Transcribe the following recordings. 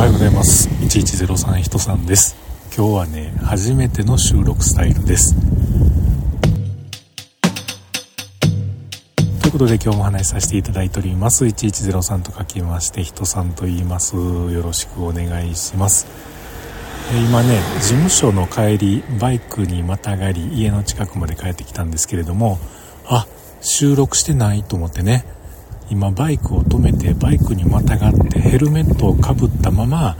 はようございます。1103ひとさんです。今日はね、初めての収録スタイルです。ということで今日もお話しさせていただいております。1103と書きましてひとさんと言います。よろしくお願いします。今ね、事務所の帰りバイクにまたがり家の近くまで帰ってきたんですけれども、収録してないと思ってね、今バイクを止めてバイクにまたがってヘルメットをかぶったまま、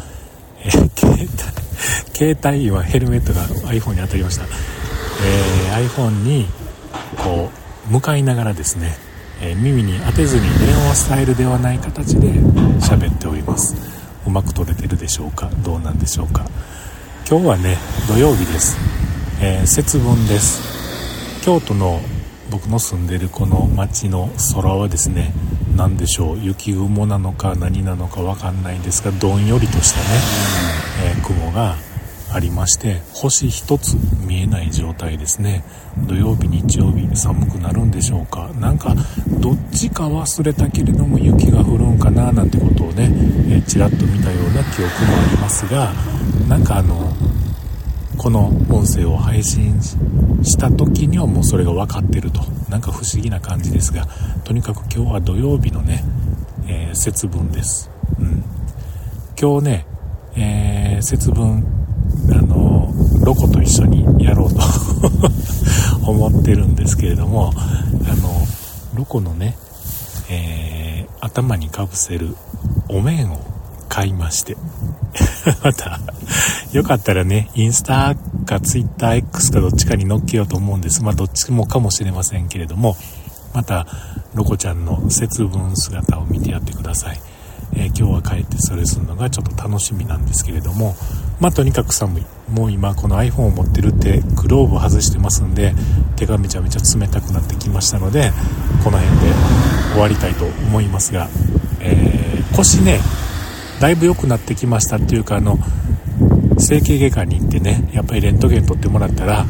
携帯はヘルメットが iPhone に当たりました。iPhone にこう向かいながらですね、耳に当てずに電話スタイルではない形で喋っております。うまく撮れてるでしょうか、どうなんでしょうか。今日はね、土曜日です。節分です。京都の僕の住んでるこの町の空はですね、何でしょう、雪雲なのか何なのか分かんないんですが、どんよりとしたね、雲がありまして、星一つ見えない状態ですね。土曜日日曜日寒くなるんでしょうか。なんかどっちか忘れたけれども雪が降るんかななんてことをね、ちらっと見たような記憶もありますが、なんかこの音声を配信した時にはもうそれが分かってると、なんか不思議な感じですが、とにかく今日は土曜日のね、節分です。今日ね、節分ロコと一緒にやろうと思ってるんですけれども、ロコのね、頭にかぶせるお面を買いましてまたよかったらね、インスタかツイッター X かどっちかに載っけようと思うんです。どっちもかもしれませんけれども、またロコちゃんの節分姿を見てやってください。今日は帰ってそれするのがちょっと楽しみなんですけれども、とにかく寒い。もう今この iPhone を持ってるってグローブ外してますんで、手がめちゃめちゃ冷たくなってきましたので、この辺で終わりたいと思いますが、腰ね、だいぶ良くなってきましたっていうか、整形外科に行ってね、やっぱりレントゲン取ってもらったら、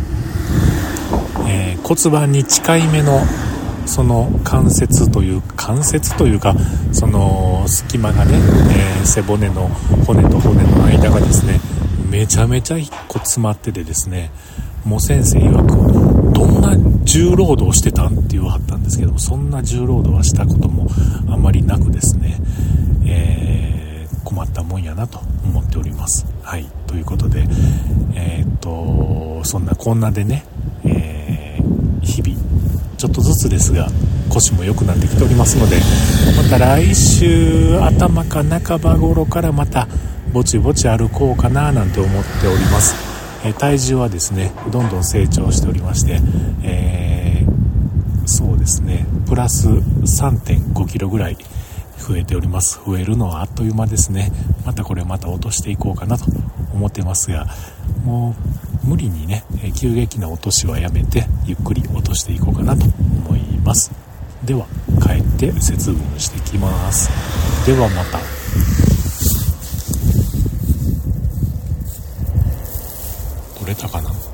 骨盤に近い目のその関節というか、その隙間がね、背骨の骨と骨の間がですね、めちゃめちゃ詰まっててですね、もう先生曰くどんな重労働してたんって言わはったんですけども、そんな重労働はしたこともあまりなくですね、困ったもんやなと思っております。はい、ということで、そんなこんなでね、日々ちょっとずつですが腰も良くなってきておりますので、また来週頭か半ば頃からまたぼちぼち歩こうかななんて思っております。体重はですね、どんどん成長しておりまして、そうですね、プラス 3.5 キロぐらい増えております。増えるのはあっという間ですね。また落としていこうかなと思ってますが、もう無理にね、急激な落としはやめてゆっくり落としていこうかなと思います。では帰って節分してきます。ではまた。取れたかな。